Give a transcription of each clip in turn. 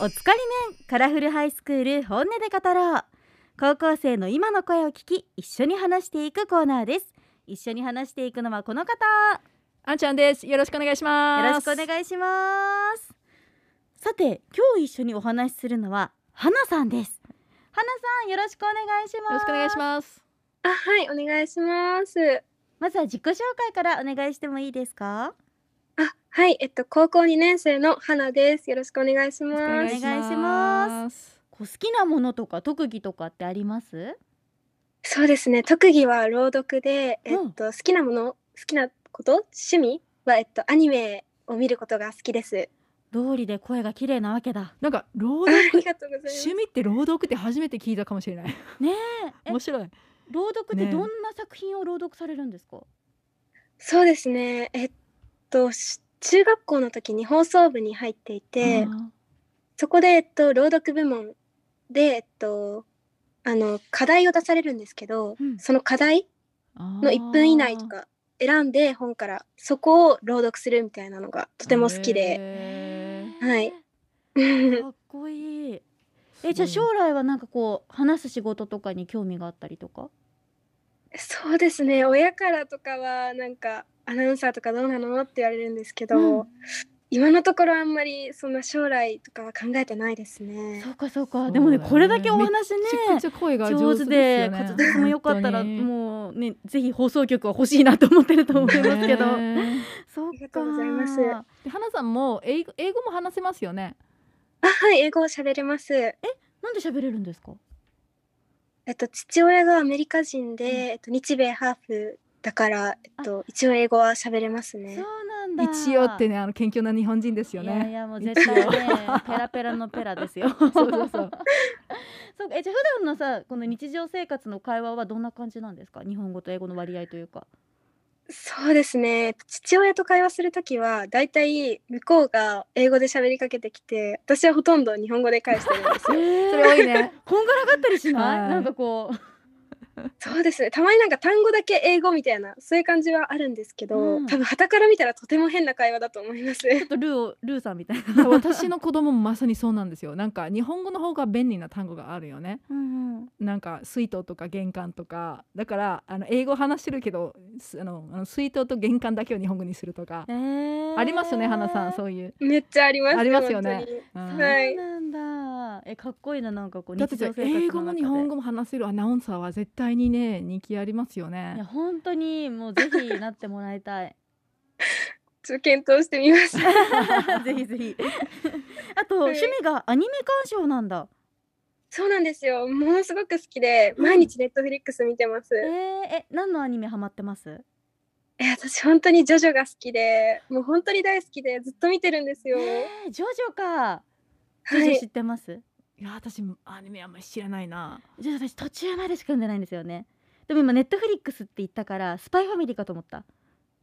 おつかり面カラフルハイスクール本音で語ろう。高校生の今の声を聞き、一緒に話していくコーナーです。一緒に話していくのはこの方。 あんちゃんです。よろしくお願いします。 よろしくお願いします。さて、今日一緒にお話しするのは花さんです。花さん、よろしくお願いします。 よろしくお願いします。 はい、お願いします。 まずは自己紹介からお願いしてもいいですか？ はい、高校2年生の花です。よろしくお願いします。 お願いします。好きなものとか特技とかってあります？ そうですね、特技は朗読で、好きなもの、好きなこと、趣味は、アニメを見ることが好きです。 通りで声が綺麗なわけだ。 なんか朗あ読、 りがとうございます。 趣味って朗読って初めて聞いたかもしれない。 ねえ、 面白い。 朗読ってどんな作品を朗読されるんですか？ そうですね、中学校の時に放送部に入っていて、そこで、朗読部門で、課題を出されるんですけど、その課題の1分以内とか選んで本からそこを朗読するみたいなのがとても好きで、はい。 かっこいい。じゃあ将来はなんかこう話す仕事とかに興味があったりとか？ そうですね、親からとかはなんかアナウンサーとかどうなのって言われるんですけど、今のところあんまりそんな将来とかは考えてないですね。 そうかそうか。でもね、これだけお話ね、 めちゃくちゃ声が上手で滑舌も良かったらもうね、ぜひ放送局は欲しいなと思ってると思いますけど。そうか。 ありがとうございます。 花さんも英語も話せますよね？ はい、英語を喋れます。 なんで喋れるんですか？ 父親がアメリカ人で、日米ハーフだから、一応英語は喋れますね。 そうなんだ。 一応ってね、謙虚な日本人ですよね。 いやもう絶対ね、ペラペラのペラですよ。 そうそうそう。 そうか。じゃあ普段のさ、この日常生活の会話はどんな感じなんですか？日本語と英語の割合というか。 そうですね、父親と会話するときはだいたい向こうが英語で喋りかけてきて、私はほとんど日本語で返してるんですよ。 それ多いね。 こんがらがったりしない？なんかこうそうですね、たまになんか単語だけ英語みたいなそういう感じはあるんですけど、多分傍から見たらとても変な会話だと思います。 ちょっとルーさんみたいな。 私の子供もまさにそうなんですよ。なんか日本語の方が便利な単語があるよね。なんか水筒とか玄関とかだから英語話してるけど水筒と玄関だけを日本語にするとか、ありますよね、花さん。そういうめっちゃあります。 ありますよね。 はい。 なんだ。かっこいいな。なんかこうだって英語も日本語も話せるアナウンサーは絶対にね人気ありますよね。 いや本当にもうぜひなってもらいたい。 ちょっと検討してみます。 ぜひぜひ。あと、趣味がアニメ鑑賞なんだ。 そうなんですよ。ものすごく好きで、毎日ネットフリックス見てます。 何のアニメハマってます？ 私本当にジョジョが好きで、もう本当に大好きでずっと見てるんですよ。 ジョジョか。ジョジョ知ってます？ いや私アニメあんまり知らないな。 じゃあ私途中までしか読んでないんですよね。でも今ネットフリックスって言ったからスパイファミリーかと思った。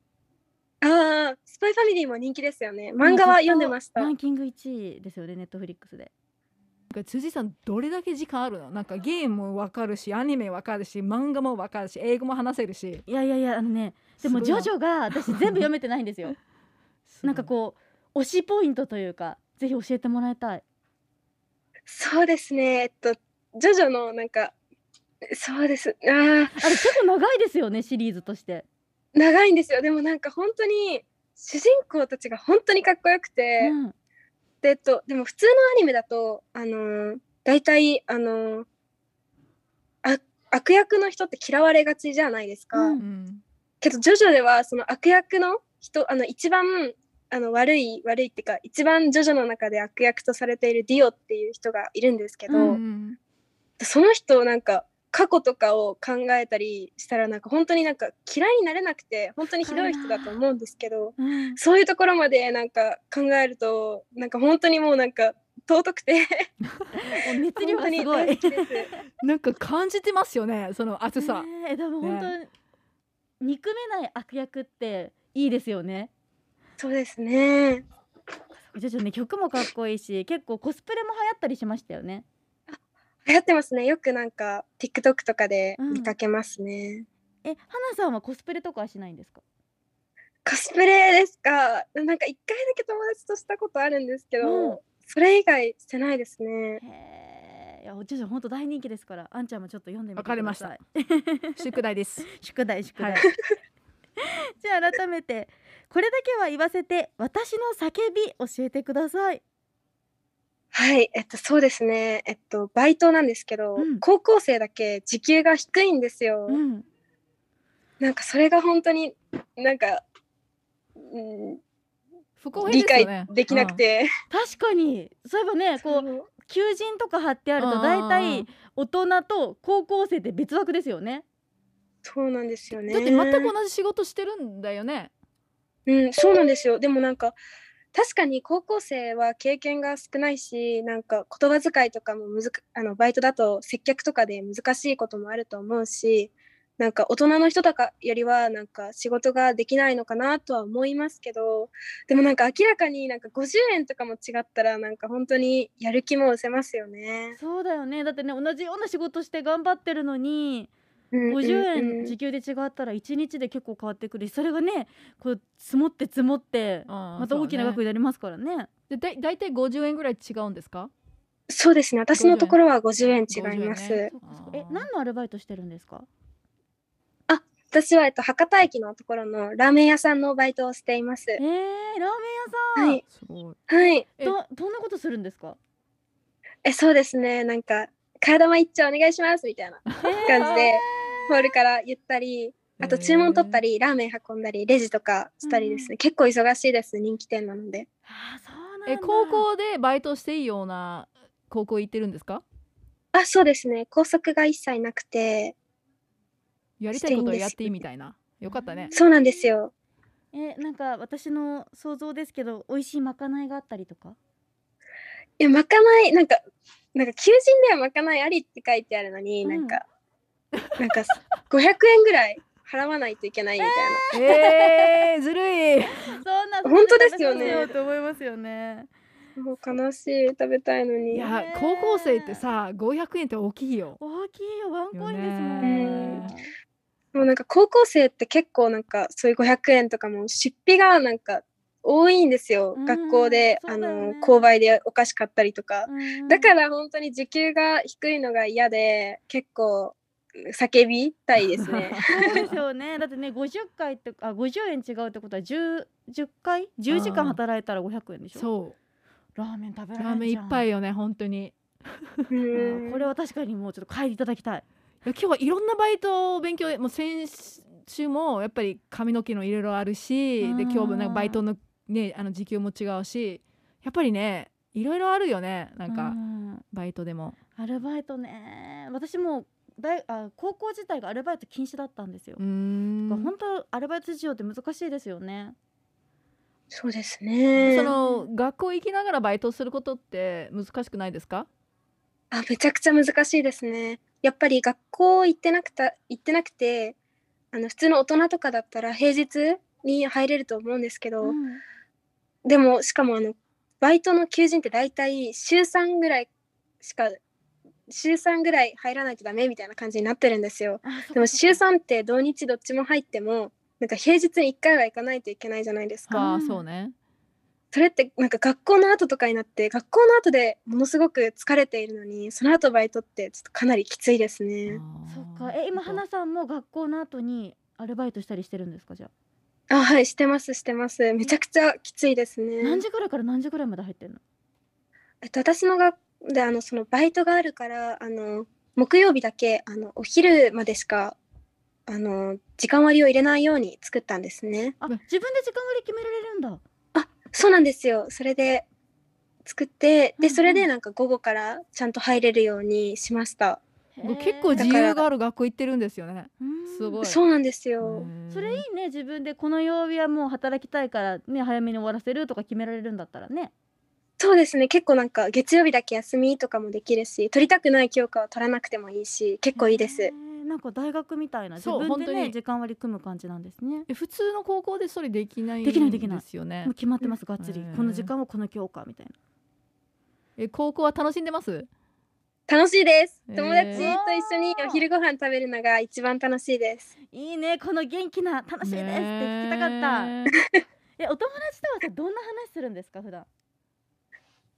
スパイファミリーも人気ですよね。漫画は読んでました。 ランキング1位ですよね、ネットフリックスで。 辻さんどれだけ時間あるの？なんかゲームもわかるしアニメわかるし漫画もわかるし英語も話せるし。 いやでもジョジョが私全部読めてないんですよ。なんかこう推しポイントというかぜひ教えてもらいたい。 そうですね、ジョジョのなんかそうです。 あれ結構長いですよね、シリーズとして。 長いんですよ。でもなんか本当に主人公たちが本当にかっこよくて、でも普通のアニメだと大体悪役の人って嫌われがちじゃないですか。けどジョジョではその悪役の人一番悪いっていうか一番ジョジョの中で悪役とされているディオっていう人がいるんですけど、その人なんか過去とかを考えたりしたらなんか本当になんか嫌いになれなくて本当にひどい人だと思うんですけど、そういうところまでなんか考えるとなんか本当にもうなんか尊くて熱量がすごいなんか感じてますよね、その熱さ。 でも本当に憎めない悪役っていいですよね。 そうですね。 じゃあね、曲もかっこいいし結構コスプレも流行ったりしましたよね。 流行ってますね。よくなんか TikTok とかで見かけますね。 花さんはコスプレとかはしないんですか？ コスプレですか。なんか1回だけ友達としたことあるんですけど、 それ以外してないですね。 いや、ジョジョ本当大人気ですから、あんちゃんもちょっと読んでみてください。 わかりました。宿題です。 宿題。じゃあ改めて、これだけは言わせて私の叫び教えてください。 はい、そうですね。バイトなんですけど、高校生だけ時給が低いんですよ。なんかそれが本当になんか、理解できなくて、 確かにそういえばね、こう求人とか貼ってあると大体大人と高校生って別枠ですよね。 そうなんですよね。 だって全く同じ仕事してるんだよね。 そうなんですよ。でもなんか確かに高校生は経験が少ないし、なんか言葉遣いとかもバイトだと接客とかで難しいこともあると思うし、なんか大人の人とかよりはなんか仕事ができないのかなとは思いますけど、でもなんか明らかになんか50円とかも違ったらなんか本当にやる気も失せますよね。 そうだよね。だってね、同じような仕事して頑張ってるのに50円時給で違ったら1日で結構変わってくるし、それがねこう積もってまた大きな額になりますからね。 でだいたい50円ぐらい違うんですか？ そうですね、私のところは50円違います。 何のアルバイトしてるんですか？ 私は博多駅のところのラーメン屋さんのバイトをしています。 ラーメン屋さん。 はい。 どんなことするんですか？ そうですね、なんか替玉一丁お願いしますみたいな感じでホールから言ったり、あと注文取ったりラーメン運んだりレジとかしたりですね。結構忙しいです、人気店なので。 そうなんだ。 高校でバイトしていいような高校行ってるんですか？ そうですね、校則が一切なくてやりたいことをやっていいみたいな。よかったね。 そうなんですよ。 なんか私の想像ですけど、美味しいまかないがあったりとか？ まかないなんか求人ではまかないありって書いてあるのに、なんか500円ぐらい払わないといけないみたいな。ずるい。 そんな本当ですよね。 と思いますよね。 もう悲しい、食べたいのに。 いや、高校生ってさ、500円って大きいよ。 大きいよ、ワンコインですもん。 もうなんか高校生って結構なんかそういう500円とかも出費がなんか多いんですよ。学校で購買でお菓子買ったりとか。だから本当に時給が低いのが嫌で結構叫びたいですね。 そうですよね。だってね、50回って50円違うってことは10回10時間働いたら500円でしょ。 そう。 ラーメン食べられるじゃん。 ラーメン一杯よね、本当に。 これは確かにもうちょっと帰りいただきたい。 今日はいろんなバイトを勉強、もう先週もやっぱり髪の毛のいろいろあるし、で今日もなんかバイトのね、時給も違うし、やっぱりねいろいろあるよね。なんかバイトでもアルバイトね。私も高校自体がアルバイト禁止だったんですよ。本当アルバイト事情って難しいですよね。 そうですね。 その学校行きながらバイトすることって難しくないですか？ めちゃくちゃ難しいですね。やっぱり学校行ってなくて普通の大人とかだったら平日に入れると思うんですけど、でもしかもバイトの求人って大体週3ぐらい入らないとダメみたいな感じになってるんですよ。でも週3って土日どっちも入ってもなんか平日に1回は行かないといけないじゃないですか。 そうね。 それってなんか学校の後とかになって、学校の後でものすごく疲れているのにその後バイトってちょっとかなりきついですね。 そっか。今花さんも学校の後にアルバイトしたりしてるんですか？じゃあ。はい、してます。めちゃくちゃきついですね。 何時ぐらいから何時ぐらいまで入ってるの？ 私の学校でそのバイトがあるから木曜日だけお昼までしか時間割を入れないように作ったんですね。 自分で時間割決められるんだ。 そうなんですよ。それで作って、でそれでなんか午後からちゃんと入れるようにしました。 結構自由がある学校行ってるんですよね。すごい。 そうなんですよ。 それいいね。自分でこの曜日はもう働きたいからね、早めに終わらせるとか決められるんだったらね。 そうですね。結構なんか月曜日だけ休みとかもできるし、取りたくない教科は取らなくてもいいし、結構いいです。 なんか大学みたいな自分でね時間割組む感じなんですね。 普通の高校でそれできないですよね。 もう決まってます、がっつり。この時間はこの教科みたいな。高校は楽しんでます？ 楽しいです。友達と一緒にお昼ご飯食べるのが一番楽しいです。 いいね、この元気な楽しいですって聞きたかった。お友達とはさどんな話するんですか普段？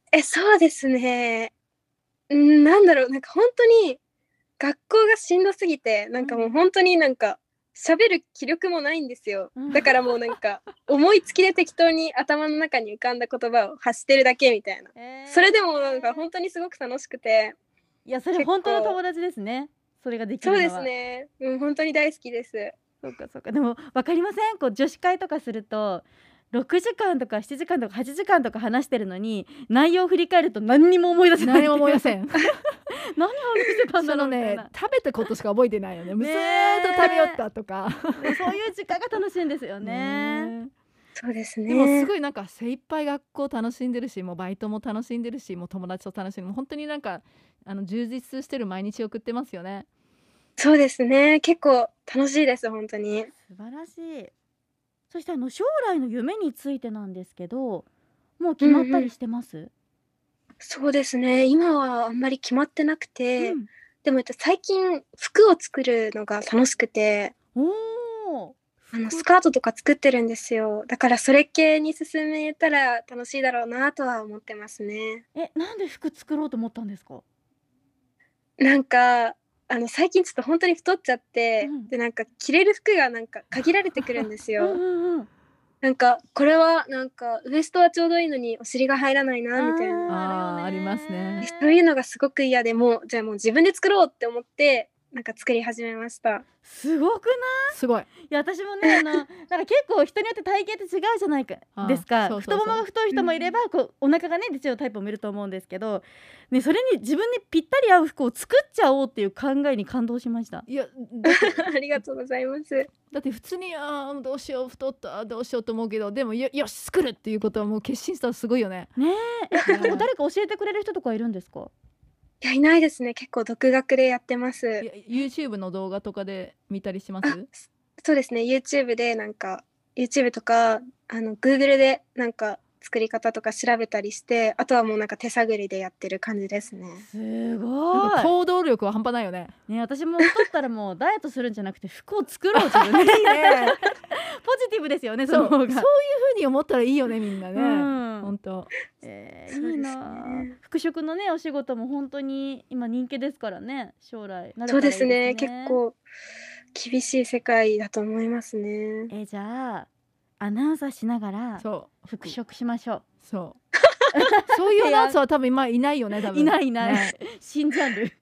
そうですね。なんだろう、なんか本当に学校がしんどすぎて、なんかもう本当になんか喋る気力もないんですよ。だからもうなんか思いつきで適当に頭の中に浮かんだ言葉を発してるだけみたいな。それでもなんか本当にすごく楽しくて。 いや、それ本当の友達ですね。それができるのは。 そうですね。本当に大好きです。 そうかそうか。でも分かりません？こう女子会とかすると6時間とか7時間とか8時間とか話してるのに、内容を振り返ると何にも思い出せない。 何も思い出せん。 何を話してたんだろうみたいな。 食べたことしか覚えてないよね。ずーっと食べよったとか。 そういう時間が楽しいんですよね。 そうですね。 でもすごいなんか精一杯学校楽しんでるし、もうバイトも楽しんでるし、もう友達と楽しんでる、もう本当になんか充実してる毎日を送ってますよね。 そうですね。結構楽しいです本当に。 素晴らしい。そして将来の夢についてなんですけど、もう決まったりしてます？ そうですね。今はあんまり決まってなくて、でも最近服を作るのが楽しくて、スカートとか作ってるんですよ。だからそれ系に進めたら楽しいだろうなとは思ってますね。 なんで服作ろうと思ったんですか？ なんか最近ちょっと本当に太っちゃって、でなんか着れる服がなんか限られてくるんですよ。なんかこれはなんかウエストはちょうどいいのにお尻が入らないなみたいな。 ありますね。 そういうのがすごく嫌で、じゃあもう自分で作ろうって思ってなんか作り始めました。 すごくない？ すごい。いや私もねなんか結構人によって体型って違うじゃないかですか。太ももが太い人もいれば、こうお腹がね出ちゃうタイプもいると思うんですけど、ね、それに自分にぴったり合う服を作っちゃおうっていう考えに感動しました。 いやありがとうございます。 だって普通にどうしよう太ったどうしようと思うけど、でもよし作るっていうことはもう決心したらすごいよね。 ねえ誰か教えてくれる人とかいるんですか？ いやいないですね。結構独学でやってます。 YouTube の動画とかで見たりします？ そうですね。YouTube でなんか YouTube とかGoogle でなんか作り方とか調べたりして、あとはもうなんか手探りでやってる感じですね。 すごい。 行動力は半端ないよね。 私も太ったらもうダイエットするんじゃなくて服を作ろう自分で。いいね。ポジティブですよね。そういう風に思ったらいいよねみんなね。本当。 いいな。服飾のねお仕事も本当に今人気ですからね。将来そうですね。結構厳しい世界だと思いますね。 じゃあアナウンサーしながら服飾しましょう。 そういうアナウンサーは多分今いないよね。多分いない、新ジャンル。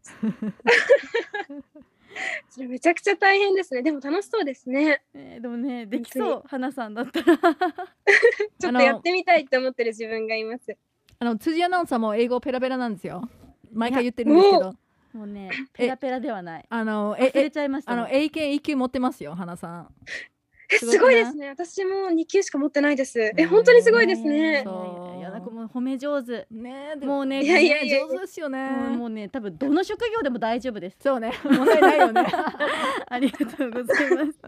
それめちゃくちゃ大変ですね。でも楽しそうですね。 でもねできそう。花さんだったらちょっとやってみたいって思ってる自分がいます。 辻アナウンサーも英語ペラペラなんですよ。毎回言ってるんですけど、 もうねペラペラではない。 忘れちゃいました。 英検1級持ってますよ花さん。 すごいですね。私も2級しか持ってないです。本当にすごいですね。 いやなんかもう褒め上手ね。 もうねいや上手ですよね。 もうね多分どの職業でも大丈夫です。 そうね問題ないよね。 ありがとうございます。